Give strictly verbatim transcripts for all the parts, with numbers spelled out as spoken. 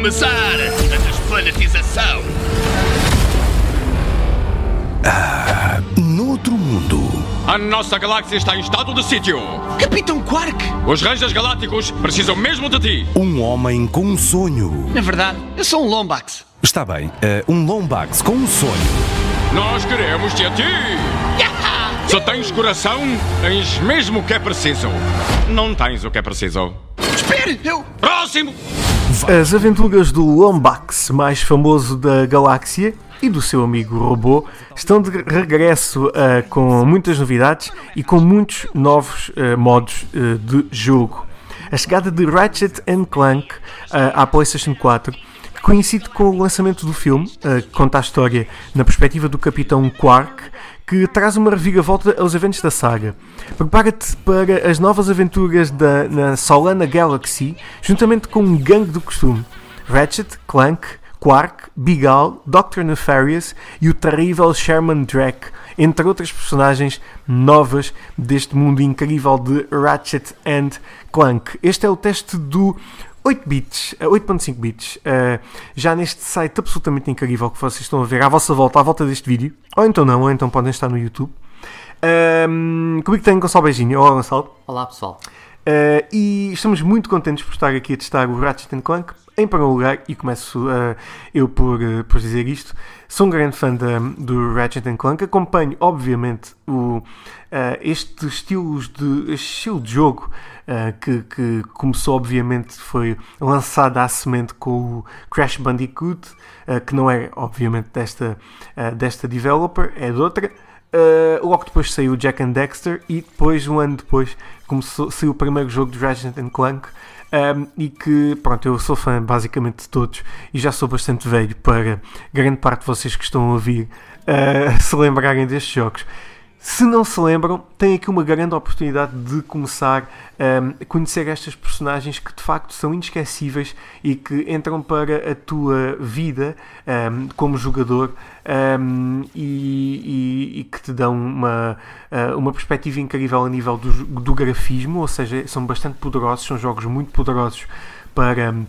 começar a desplanetização. Ah, noutro mundo. A nossa galáxia está em estado de sítio. Capitão Quark! Os Rangers Galácticos precisam mesmo de ti. Um homem com um sonho. Na verdade, eu sou um Lombax. Está bem, uh, um Lombax com um sonho. Nós queremos-te a ti. Yeah! Se tens coração, tens mesmo o que é preciso. Não tens o que é preciso. Espere, eu... Próximo! As aventuras do Lombax, mais famoso da galáxia, e do seu amigo robô, estão de regresso uh, com muitas novidades e com muitos novos uh, modos uh, de jogo. A chegada de Ratchet and Clank uh, à PlayStation quatro, que coincide com o lançamento do filme, uh, que conta a história na perspectiva do Capitão Quark, que traz uma reviravolta aos eventos da saga. Prepara-te para as novas aventuras da, na Solana Galaxy, juntamente com um gangue do costume. Ratchet, Clank, Quark, Bigal, doutor Nefarious e o terrível Sherman Drake, entre outras personagens novas deste mundo incrível de Ratchet and Clank. Este é o teste do oito bits, oito ponto cinco bits, uh, já neste site absolutamente incrível que vocês estão a ver à vossa volta, à volta deste vídeo, ou então não, ou então podem estar no YouTube. Um, comigo tenho Gonçalo Beijinho. Olá, Gonçalo. Olá, pessoal. Uh, e estamos muito contentes por estar aqui a testar o Ratchet and Clank. Em primeiro lugar, e começo uh, eu por, uh, por dizer isto, sou um grande fã de, do Ratchet and Clank, acompanho obviamente o, uh, este, estilos de, este estilo de jogo uh, que, que começou obviamente, foi lançado à semente com o Crash Bandicoot, uh, que não é obviamente desta, uh, desta developer, é de outra. Uh, logo depois saiu o Jak and Daxter e depois, um ano depois, começou, saiu o primeiro jogo de Ratchet and Clank. Um, e que, pronto, eu sou fã basicamente de todos e já sou bastante velho para grande parte de vocês que estão a ouvir uh, se lembrarem destes jogos. Se não se lembram, têm aqui uma grande oportunidade de começar um, a conhecer estas personagens que de facto são inesquecíveis e que entram para a tua vida um, como jogador um, e, e, e que te dão uma, uh, uma perspectiva incrível a nível do, do grafismo, ou seja, são bastante poderosos, são jogos muito poderosos para, um,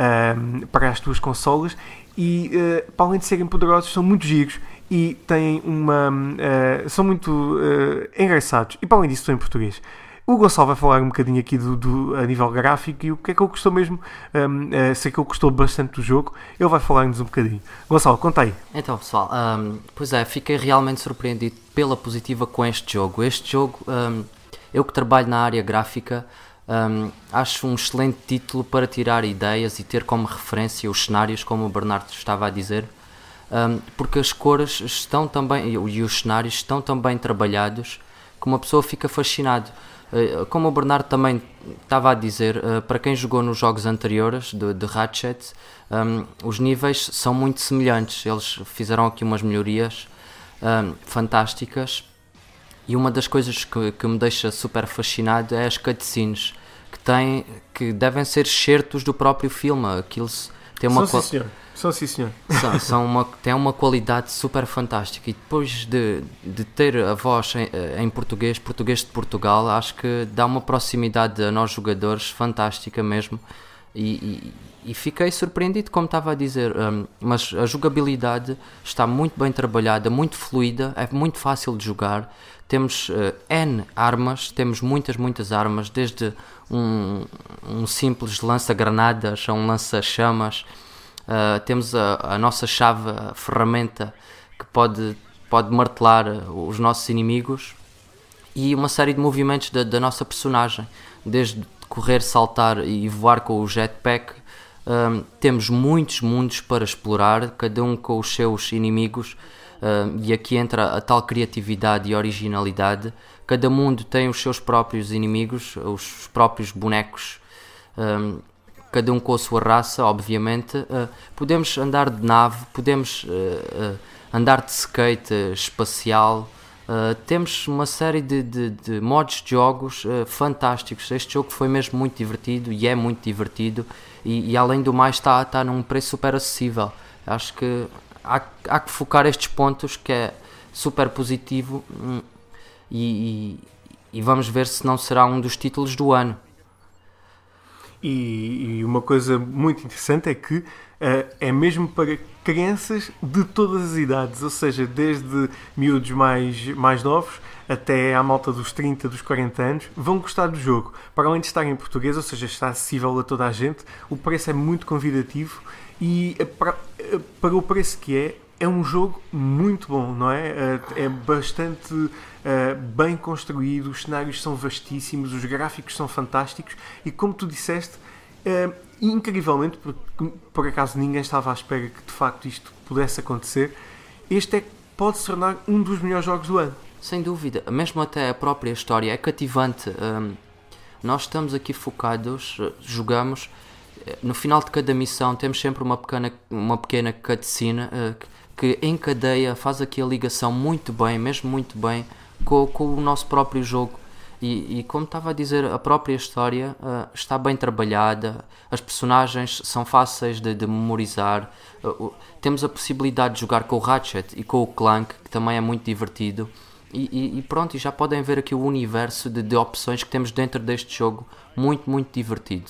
para as tuas consolas e, uh, para além de serem poderosos, são muito giros e têm uma uh, são muito uh, engraçados e para além disso estão em português. O Gonçalo vai falar um bocadinho aqui do, do, a nível gráfico e o que é que ele gostou mesmo, um, uh, sei que ele gostou bastante do jogo, ele vai falar-nos um bocadinho. Gonçalo, conta aí. Então, pessoal, um, pois é, fiquei realmente surpreendido pela positiva com este jogo. Este jogo, um, eu que trabalho na área gráfica, um, acho um excelente título para tirar ideias e ter como referência os cenários, como o Bernardo estava a dizer. Um, porque as cores estão também e os cenários estão também trabalhados que uma pessoa fica fascinado. Uh, como o Bernardo também estava a dizer, uh, para quem jogou nos jogos anteriores de, de Ratchet, um, os níveis são muito semelhantes. Eles fizeram aqui umas melhorias um, fantásticas e uma das coisas que, que me deixa super fascinado é as cutscenes que, têm, que devem ser excertos do próprio filme. Aquilo tem uma São, sim, senhor. São, sim, senhor. São, são uma, tem uma qualidade super fantástica e depois de, de ter a voz em, em português, português de Portugal, acho que dá uma proximidade a nós jogadores fantástica mesmo e, e, e fiquei surpreendido, como estava a dizer, um, mas a jogabilidade está muito bem trabalhada, muito fluida, é muito fácil de jogar. Temos uh, N armas, temos muitas, muitas armas, desde um, um simples lança-granadas a um lança-chamas. Uh, temos a, a nossa chave, a ferramenta que pode, pode martelar os nossos inimigos e uma série de movimentos da, da nossa personagem, desde correr, saltar e voar com o jetpack. Um, temos muitos mundos para explorar, cada um com os seus inimigos, um, e aqui entra a tal criatividade e originalidade. Cada mundo tem os seus próprios inimigos, os próprios bonecos, um, cada um com a sua raça, obviamente. Uh, podemos andar de nave, podemos uh, uh, andar de skate uh, espacial. Uh, temos uma série de, de, de modos de jogos uh, fantásticos. Este jogo foi mesmo muito divertido e é muito divertido e, e além do mais está, está num preço super acessível. Acho que há, há que focar estes pontos, que é super positivo, hum, e, e, e vamos ver se não será um dos títulos do ano. E, e uma coisa muito interessante é que uh, é mesmo para crianças de todas as idades, ou seja, desde miúdos mais, mais novos até à malta dos trinta, dos quarenta anos, vão gostar do jogo. Para além de estar em português, ou seja, está acessível a toda a gente, o preço é muito convidativo e para, para o preço que é, é um jogo muito bom, não é? É bastante uh, bem construído, os cenários são vastíssimos, os gráficos são fantásticos e, como tu disseste, uh, incrivelmente, porque por acaso ninguém estava à espera que de facto isto pudesse acontecer, este é que pode se tornar um dos melhores jogos do ano. Sem dúvida, mesmo até a própria história é cativante. Um, nós estamos aqui focados, jogamos, no final de cada missão temos sempre uma pequena, uma pequena cutscene uh, que, que encadeia, faz aqui a ligação muito bem, mesmo muito bem, com, com o nosso próprio jogo. E, e como estava a dizer, a própria história uh, está bem trabalhada, as personagens são fáceis de, de memorizar, uh, uh, temos a possibilidade de jogar com o Ratchet e com o Clank, que também é muito divertido. E, e, e pronto, e já podem ver aqui o universo de, de opções que temos dentro deste jogo, muito, muito divertido.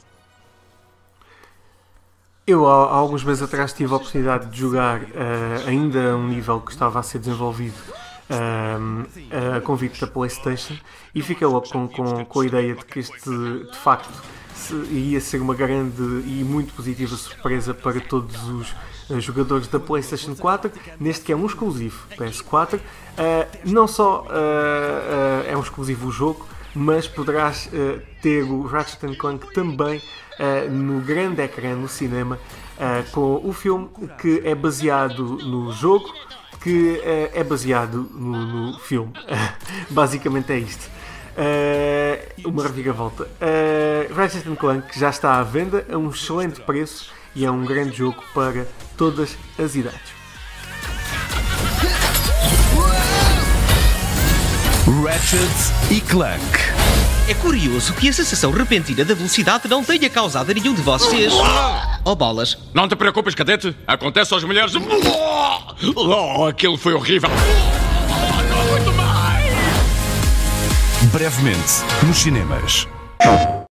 Eu, há, há alguns meses atrás, tive a oportunidade de jogar uh, ainda a um nível que estava a ser desenvolvido uh, a convite da PlayStation e fiquei logo com, com, com a ideia de que este, de facto, se, ia ser uma grande e muito positiva surpresa para todos os uh, jogadores da PlayStation quatro, neste que é um exclusivo P S quatro. Uh, não só uh, uh, é um exclusivo o jogo, mas poderás uh, ter o Ratchet and Clank também uh, no grande ecrã, no cinema, uh, com o filme que é baseado no jogo, que uh, é baseado no, no filme. Basicamente é isto. Uh, uma reviravolta. Uh, Ratchet and Clank já está à venda a um excelente preço e é um grande jogo para todas as idades. Ratchet e Clank. É curioso que a sensação repentina da velocidade não tenha causado a nenhum de vocês. Oh, bolas. Não te preocupes, cadete. Acontece às mulheres. Oh, aquilo foi horrível. Brevemente, nos cinemas.